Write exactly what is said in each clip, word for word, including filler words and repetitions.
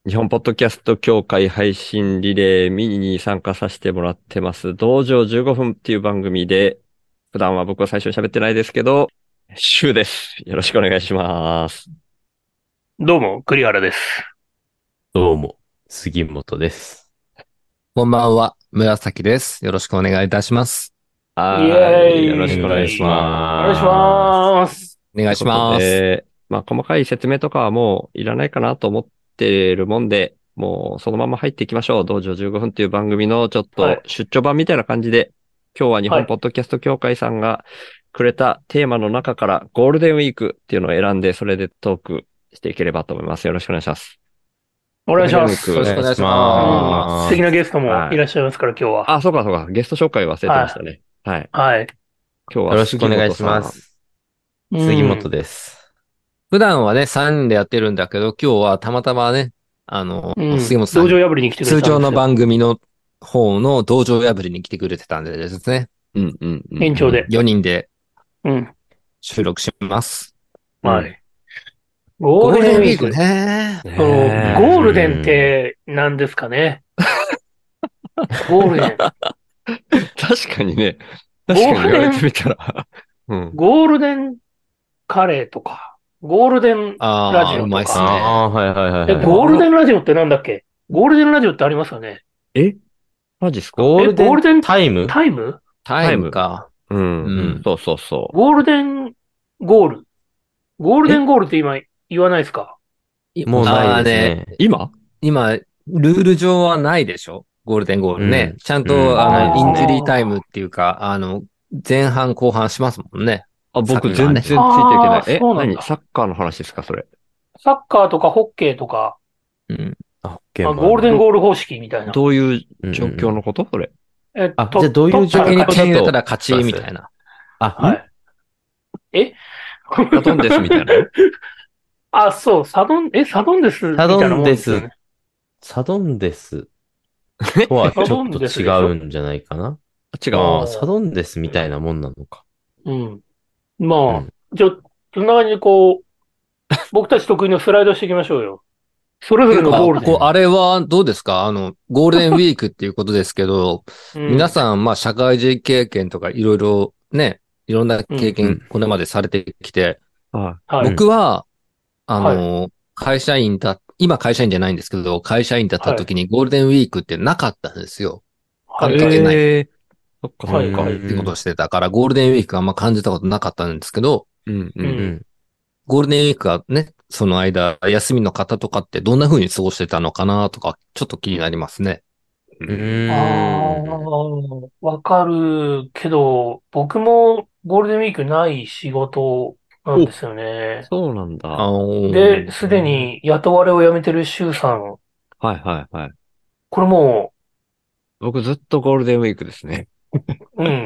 日本ポッドキャスト協会配信リレーミニに参加させてもらってます。道場じゅうごふんっていう番組で、普段は僕は最初に喋ってないですけど、シュウです。よろしくお願いします。 どうも、栗原です。 どうも、杉本です。 こんばんは、紫です。よろしくお願いいたします。 イはーい。よろしくお願いしエーイ。お願いします。 ます。 お願いしということます。 で、まあ、細かい説明とかはもういらないかなと思ってるもんで、もうそのまま入っていきましょう。道場じゅうごふんっていう番組のちょっとはい。 出張版みたいな感じで、今日は日はい。 本ポッドキャスト協会さんがくれたテーマの中からゴールデンウィークっていうのを選んで、それでトークしていければと思います。よろしくお願いします。 お願いしゴールデンウィーます。 ク。 よろしくお願いしうん。素敵ます。 なゲストもいはい。 らっしゃいますから、今日は。 あ、そうかそうか。ゲスト紹介忘れてましたはね。はい。 い。はい。 今日はよろしくお杉願いし本さん。 ます。 う杉本ん。 です。 普段はね、さんにんでやってるんだけど、今日はたまたまね、あの、 うん。 杉本さん、 道場破りに来てくれ通常のたんですよ。 番組の方の道場破りに来てくれてたんでですね、 うんうんうんうん。 延長で。 よにんでうん。 収録します。 うん。 はい。ゴールゴールデンウィークデンウィーク。 ね。 その、 ねゴールデンっうて何ですかね。ゴールデン。 え。確かにね。確ゴかに言われてールデン、 みたら。うん。 ゴールデンカレーとか、ゴールデンラジああ、うまいっん。あオとか。 すね。 あ、はいはいはいえ、 はい。 ゴールデンラジオってなんだっけ？ゴールデンラジオってありますよね。 えマジっすか？ え、 ゴールデンゴールデンタイム。 タイムタイムタイム。 か。 ううん。 ん。 うん。 そうそうそゴールデンゴール。ゴールう。えデンゴールって今言わないですか？ いもうないああね、 ですね。 今今、ルール上はないでしょゴールデンゴールね。 うん。 ちゃんうん。 と、あの、 ないですインジュリーね。 タイムっあていうか、あの、前半後半しますもんね。 あ、 サ僕ッカーね。 全然ついていけあ、ああ、 ない。え何そうなんだ。 サッカーの話ですかそれ？ サッカーとかホッケーとか、 うん。 あ、保険あ、 もあるんだ。 ゴールデンど、 ゴール方式みたいな。 どういううんうん状況のことそれ？ あ、じゃあえっと、 どういう状取ったら先に点勝ち。 入れた況かと、 ら勝ち、みたいな。 あ、んはい。えサドンデスみたいなの？ あ、そう、サドン、え、サドンデスサドみたいなンデス、 もんですよね。 サドンデスとはサドンちょっとデスでしょ？ 違うんじゃないかな。 違う。 ああ、サおー。 ドンデスみたいなもんなのか。 うん。まあ、 うん。 じゃあ、そんな感じでこう、僕たち得意のスライドしていきましょうよ。それぞれていうか、 のゴールデン。 こう、あれはどうですかあの、ゴールデンウィークっていうことですけど、 うん。 皆さん、まあ、社会人経験とかいろいろね、いろんなうん。 経験、 うん。 これまでされてきて、 ははい。 うん。 僕は、あはい。 の、会社員だ、今会社員じゃないんですけど、会社員だったはい。 時にゴールデンウィークってなかったんですよ。 はい。 関係はい。 ないっええー、そっかうそっはい。はか。 い。 てことをーん。 してたから、ゴールデンウィークあんま感じたことなかったんですけど、 うんうん。 うん。 うん。 ゴールデンウィークがね、その間、休みの方とかってどんな風に過ごしてたのかなとか、ちょっと気になりますね。 ううあーん。 あ、わかるけど、僕もゴールデンウィークない仕事なんお、 ですよね。 そうなんあだ。 で、 ーすでに雇われを辞めてる周さん。 はいはいはい。 これも僕ずっとゴールデンウィークですね。 う、うん。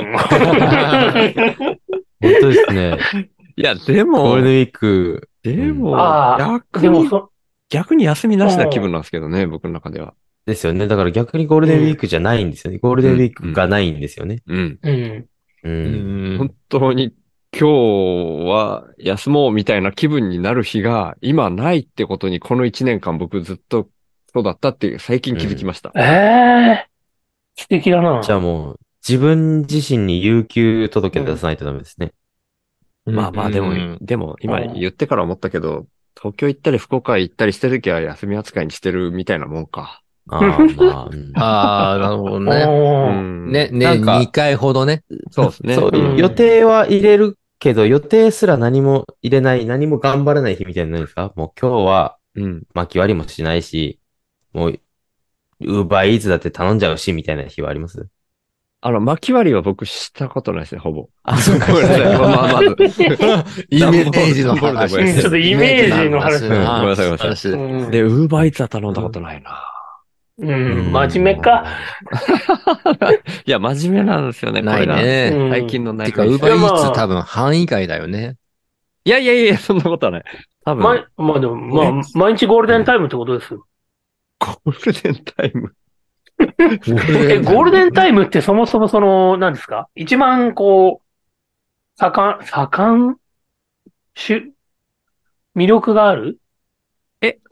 本当ですね。 いや、でも、 ゴールデンウィーク、 でうん。 も、 ああ、 逆に、 でもそ、 逆に休みなしな気分うん、 なんですけどね、僕の中では。 ですよね。だから逆にゴールデンウィーうん、 クじゃないんですよね。ゴールデンウィうん、うん、 ークがないんですよね。 うん。 うん。 ううん。 本ん。 当に今日は休もうみたいな気分になる日が今ないってことにこの一年間僕ずっとそうだったって最近気づきうん。 ました。 ええ素敵だじゃあな。 もう、自分自身に有給うん、 届出さないとダメですね。 まあまあでも、 うんでも今うん。 言ってから思ったけど、東京行ったり福岡行ったりしてるときは休み扱いにしてるみたいなもんか。 ああ、まあ、うん。 ああ、なるほどね。 うおー、 ね、 ん。 ね、 なんか、 にかいほどね。 そうですね。 そういう予うん。 うん。 定は入れるけど、予定すら何も入れない、何も頑張らない日みたいなのないですか？もう今日はうん。 巻き割りもしないし、もう、ウーバーイーツだって頼んじゃうし、みたいな日はあります？ あの、巻き割りは僕したことないですね、ほぼ。 あ、そうなんごめんなさい。まあ、まあまず。 イメ段ボール、 ージの段ボールでも話。 やるけど。 うんちょっとイメージの話うん。 だごめんな話。 さい、ごめんなさい。 話。 うんで、ウーバーイーツは頼んだことないな。 ううん、真面目ん。 か。 いや、真面目なんですよね。こないれがうね。 最近のん。 てか、ウ悩みですよ。 いや、 ーバーイーツ多まあ、 分範囲外だよね。 いやいやいや、そんなことはない。多分、 ま、まあでも、まえ、 あ、毎日ゴールうん。 デンタイムってことですよ。 ゴールデンタイム。 ゴールデえ、 ンタイム。 ゴールデンタイムってそもそもその、何ですか？一番こう、盛ん、盛ん、しゅ、魅力があるえ、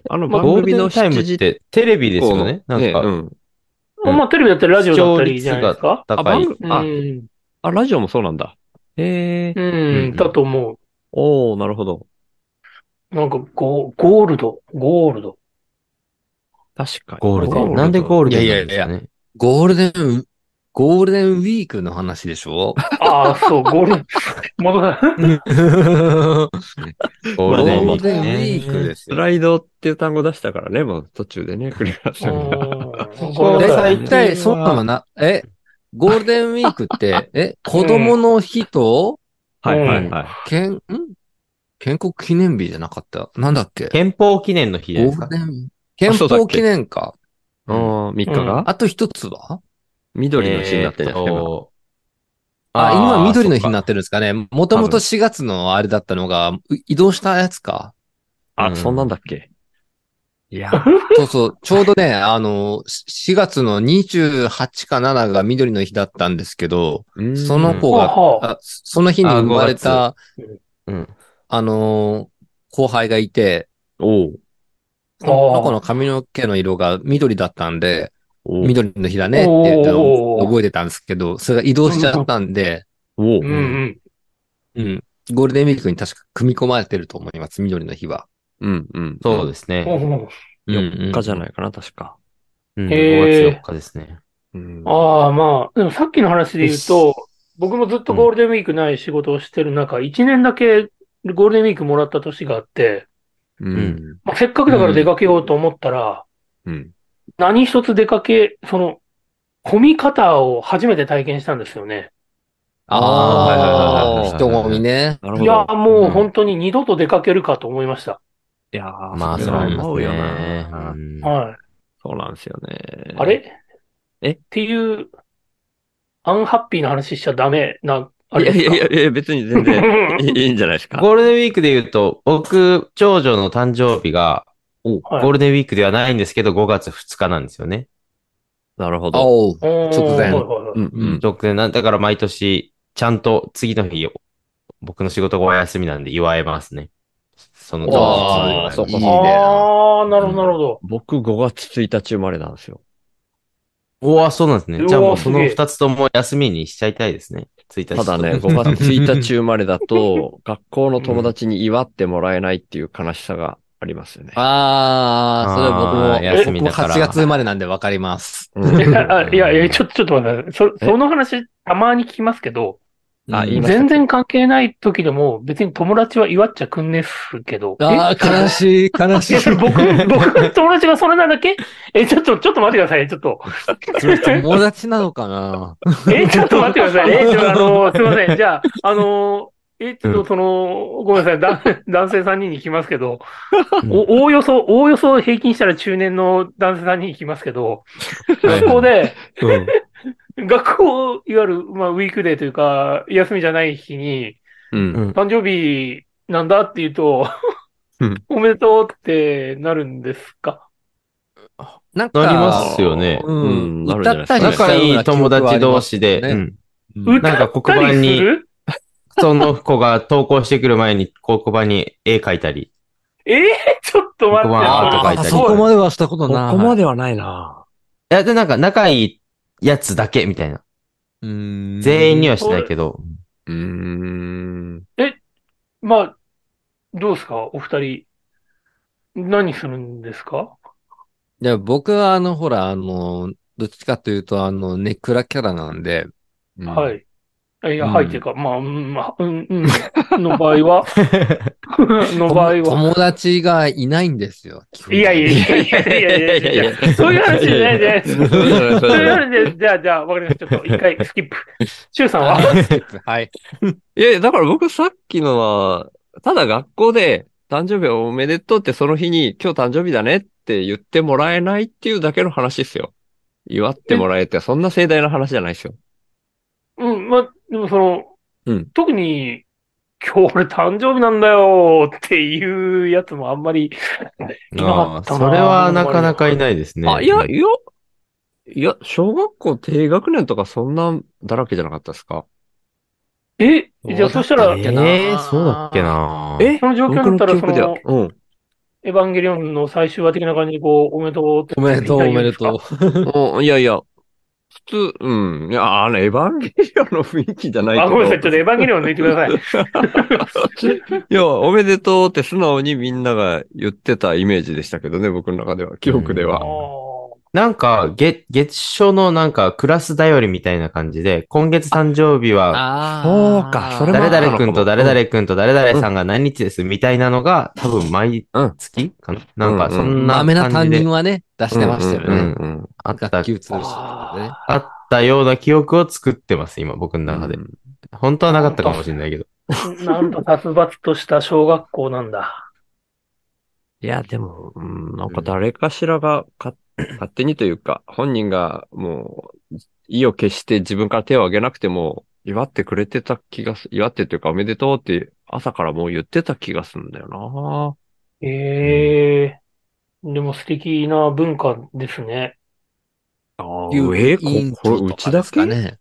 あのまあ番組のゴールデンタイム 7 っ時てテレビですよね。なんか、 ねうん。 うんまあ、テレビだったりラジオだったり視じゃないですか。 あ、 高い。 番組、 うあ、 ん。 あ、ラジオもそうなんだ。へえ。 ううんん、だと思おー、なるほど。 う。なんか、ゴ、ゴールド、ゴールド。 確かに。 ゴールデン。 なんかなんでゴールいやデンいやいや、 なんですかね。 ゴールデン、ゴールデンウィークの話でしょ？ ああ、そう、ゴールデン、戻だ。 ゴールデンウィークゴールデンウィークね。 スですよ。 ライドっていう単語出したからね、もう途中でね、栗原うさんが。 ん、 ここごめんなさい。 最近一体、そんなのな、え、ゴールデンウィークって、え、子供の日と、 はいはいうんはい。 健、ん建国記念日じゃなかった。なんだっけ？ 憲法記念の日じゃないですか。 ゴールデン、憲法記念か。 うーん、みっかがあと一つは緑の日になってるんですけど。 と、 あ、今緑の日にそっかなってるんですかね。もともとしがつのあれだったのが、う移動したやつか。 あ、 うんそんなんだっけ。いや、 そうそう、ちょうどね、あの、ししがつのにじゅうはちかななが緑の日だったんですけど、その子が、 はああその日に生まれた、 うん。 あのー後輩がいて、 おうその子の髪の毛の色が緑だったんで、 おう緑の日だねって言っておー覚えてたんですけど、それが移動しちゃったんで、 おううんうん。 うん。ゴールデンウィークに確か組み込まれてると思います、緑の日は。 うんうん。 そうですほうね。 ほうよっかじゃないいかな、確か。 うん。 へーごがつよっかですね。 うんああ、まあ、でもさっきの話で言うと、僕もずっとゴールデンウィークない仕事をしてる中、一年だけゴールデンウィークもらった年があって、 うん。 まあ、せっかくだから出かけようと思ったら、 うん。 何一つ出かけ、その、混み方を初めて体験したんですよね。 あはいはいはいはいあ、 はい人混みね。 なるほいや、 ど。 もう本当に二度と出かけるかと思いました。 いやー、 まあ、 それはそれはあります思うよね。 な。 うんはい。 そうなんですよね。 あれえっていう、アンハッピーな話しちゃダメな、あいやれですかいやいやいや、別に全然いいいいんじゃないですか。 ゴールデンウィークで言うと、僕、長女の誕生日が、 はいゴールデンウィークではないんですけど、ごがつふつかなんですよね。 なるほど。 おう、 おー直前はいはいはいうんうん。 直前なんだから毎年、ちゃんと次の日、僕の仕事がお休みなんで祝えますね。その当日。 あーそうかいいいいねああ、なるほど、なるほど。 僕ごがつついたち生まれなんですよ。 おわ、そうなんですね。 うわじゃあもうそすげえの二つとも休みにしちゃいたいですね。ついたちただね、ごがつついたち生まれだと、学校の友達に祝ってもらえないっていう悲しさがありますよね。 ああ、それ僕も、 あー休みだから僕もはちがつ生まれなんでわかります。 うんいや、いや、いや、ちょっと、ちょっと待ってください。そ、その話、たまに聞きますけど、 あうん言いましたっけ全然関係ない時でも、別に友達は祝っちゃくんねっすけど。 ああ、悲しい、悲しい。 え、それ僕、僕の友達がそれなだけえ、ちょっと、ちょっと待ってください、ちょっと。 それ友達なのかな？ え、ちょっと待ってください。え、ちょ、あの、すいません。じゃあ、あの、え、ちょっとその、ごめんなさい。だ男性さんにんに聞きますけど、お、おおよそ、おおよそ平均したら中年の男性さんにんに聞きますけど、学校で、 うん学校、いわゆる、まあ、ウィークデーというか、休みじゃない日に、 うん。 うん誕生日なんだって言うとうん、 おめでとうってなるんですか？ なんか、 なりますよねううんん。 なるんじゃないですか歌ったりし仲いい友達同士士で、 ね。 うんうんなんか歌ったりするその子が投稿してくる前に黒板に絵描いたり。 えー、ちょっと待って。 黒板アート描いああ、 たりそこまではしたことこない。 こまではないな。 いや、で、なんか仲いいやつだけみたいな。 うん全員にはしないけど。 うーん。 まあ、どうですかお二人。何するんですか？ で僕はあの、ほら、あの、どっちかというと、あの、ネクラキャラなんで、 は。い。いや、 うんはい、っていうか、まあ、うん、まあ、うん、うん、の場合は、の場合は。 友達がいないんですよ。基本いやいやいやいやいやいやいやいやそういう話じゃないじゃないです。そういう話で、じゃあ、じゃあ、わかりました。ちょっと一回スキップ。シュウさんははい。 いやいや、だから僕さっきのは、ただ学校で誕生日おめでとうってその日に今日誕生日だねって言ってもらえないっていうだけの話ですよ。祝ってもらえて、そんな盛大な話じゃないですよ。 うん、まあ、でもその、 うん特に、今日俺誕生日なんだよっていうやつもあんまりいなかああ、 ったな。 それはなかなかいないですね。 あ、いや、いや、いや、小学校低学年とかそんなだらけじゃなかったですか？ え、じゃあそしたら、 ええー、そうだっけな。 えその状況だったら僕の記憶ではそのうん。 エヴァンゲリオンの最終話的な感じで、こう、おめでとうっておめでとう、おめでとう。 おいやいや、普通、うん。いや、あの、エヴァンゲリオンの雰囲気じゃないけど。 あ、ごめんなさい。ちょっとエヴァンゲリオン抜いてください。 いや、おめでとうって素直にみんなが言ってたイメージでしたけどね、僕の中では、記憶であは。 ーなんか、月、月初のなんかクラスだよりみたいな感じで、今月誕生日は、 あそうかそれも誰々くんと誰々くんと誰々さんが何日ですみたいなのが、多分毎うん。 月かななんか、そうんんなまめな担感じで任はね、出してましたようんね。 うんうんあった、 学級通信でね。 ああったような記憶を作ってます、今、僕の中で。 うん本当はなかったかもしれないけど。 ーなんと殺伐とした小学校なんだ。 いや、でも、うん、なんか誰かしらがか、勝手にというか、本人がもう、意を決して自分から手を挙げなくても、祝ってくれてた気がす、祝ってというかおめでとうって朝からもう言ってた気がするんだよな。 ええでも素敵な文化ですね。 ああ、 いうえー委員こ、これ長うちだとかですかけね。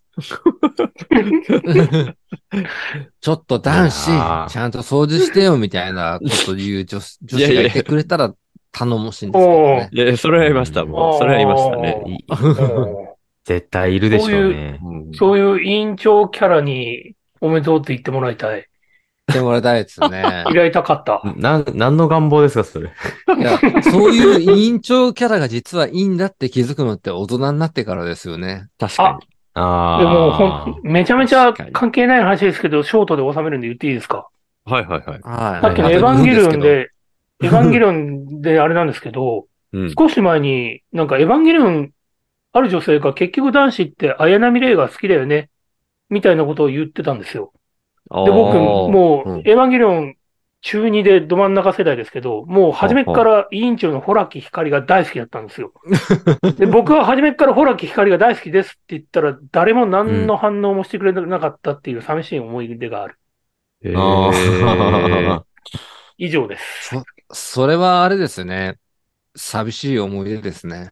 ちょっと男子いやー、 ちゃんと掃除してよみたいなこと言う女子女子がいてくれたら頼もしいんですけどね。 いや、それは言いました、もう。それは言いましたね。 いお絶対いるでしょうね。 うんそういう委員長キャラにおめでとうって言ってもらいたい。 言ってもらいたいですね。 依頼たかった。 なん、何の願望ですか、それ。 いや、そういう委員長キャラが実はいいんだって気づくのって大人になってからですよね。 確かに。 ああ。 でも、ほん、めちゃめちゃ確かに関係ない話ですけど、ショートで収めるんで言っていいですか？ はいはいはい。 はい。 さっきのエヴァンゲリオンで、エヴァンゲリオンであれなんですけど、 うん。 少し前に、なんかエヴァンゲリオン、ある女性が結局男子って綾波レイが好きだよね、みたいなことを言ってたんですよ。で、僕、もう、エヴァンゲリオン中にでど真ん中世代ですけど、もう初めっから委員長の洞木光が大好きだったんですよ。で、僕は初めっから洞木光が大好きですって言ったら、誰も何の反応もしてくれなかったっていう寂しい思い出がある。 へあーー以上です。 そ、それはあれですね。寂しい思い出ですね。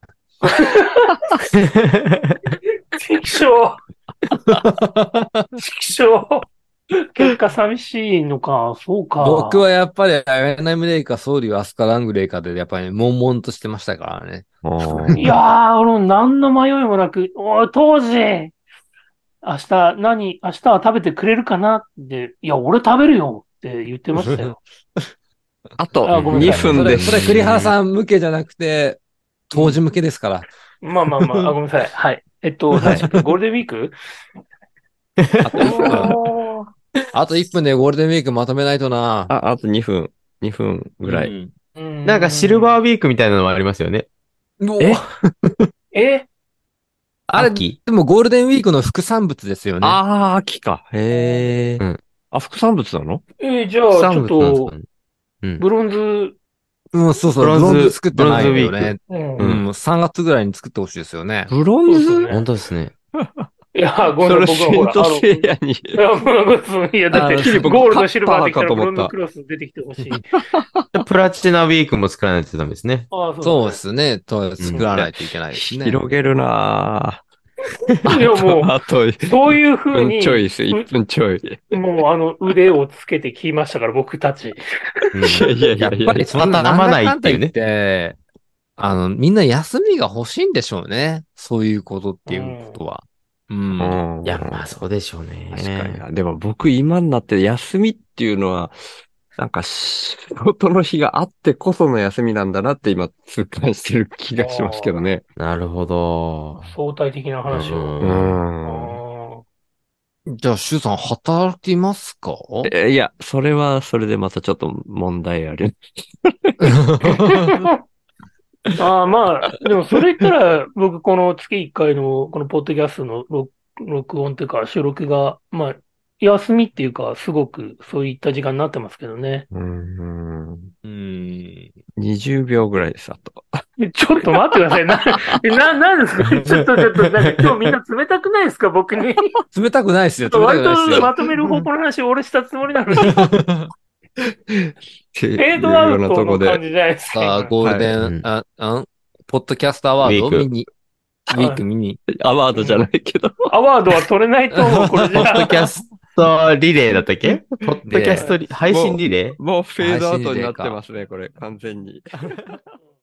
畜生畜生結果寂しいのか、そうか。 僕はやっぱり、アヤナムレイか、ソウリュウ、アスカラングレイかで、やっぱり、悶々としてましたからね。 あーいやー、俺も何の迷いもなく、おい、当時、明日何、明日は食べてくれるかなって、いや、俺食べるよって言ってましたよ。 あとあごめんな 2 さい分です。 それ、それ栗原さん向けじゃなくて、当時向けですから。 まあまあまあ、あ、ごめんなさい。はい。えっと、何でしたっけゴールデンウィークあといっぷん。 おーあといっぷんでゴールデンウィークまとめないとな。 あ、あとにふん。にふんぐらい。 うんうんなんかシルバーウィークみたいなのもありますよね。 ええあれ、 秋でもゴールデンウィークの副産物ですよね。 ああ、秋か。へえ。 うんあ、副産物なのえーじゃあ、ち産ょっと物なんですか、ね。うん。 ブロンズ、 うん、そうそう、 ブロンズブロンズ作ってないよブロンズウィね。 うんうん、さんがつぐらいに作ってほしいですよね。 ブロンズそうですね本当ですね。 いや、ごそれめんなさい、僕はほら、 セントあの、 セイヤに。 いや、もういや、だって、 あキリ僕ゴールド、シルバーできたらカッパーかと思ったブロンズクロス出てきてほしい。 プラチナウィークも作らないとダメですね。 ああ、 そうでですね。と作らないといけないですね。 広げるなす。いや、もぁ。あと、 う、そういう 1分風に、 ちょいです。いっぷんちょい。いもう、あの、腕をつけてきましたから、僕たち。 うんやいやいやいややっぱりそんな畳まないっていうねなんだかんだ言って、あの、みんな休みが欲しいんでしょうね。そういうことっていうことは。うん。 うんいや、まあそうでしょうね。 確かにな。でも僕今になって休みっていうのは、なんか仕事の日があってこその休みなんだなって今痛感してる気がしますけどね。 なるほど。 相対的な話うを。 うんあん。 じゃあ、シュウさん働きますかえいや、それはそれでまたちょっと問題ある。 ーあー、まあ、でもそれ言ったら、僕、この月いっかいの、このポッドキャストの録録音というか、収録が、まあ、休みっていうか、すごくそういった時間になってますけどね。 うん。 うん。 にじゅうびょうぐらいです、あと。 えちょっと待ってください。な、な、なんですかちょっと、ちょっと、なんか今日みんな冷たくないですか僕に。 冷たくないですよ。冷た割くないですよ。 とまとめる方向の話を俺したつもりなのに、フっていうェードアようウトなとこで。 の感じじゃないですか。 さあ、 今ゴールデン、 はいあ、あポッドキャストアワードウィークミニ、ウィークミニ。 アワードじゃないけど。 アワードは取れないと思う、これじゃポッドキャストリレーだったっけポッドキャストリ、配信リレーもうフェードアウトになってますね、これ、完全に。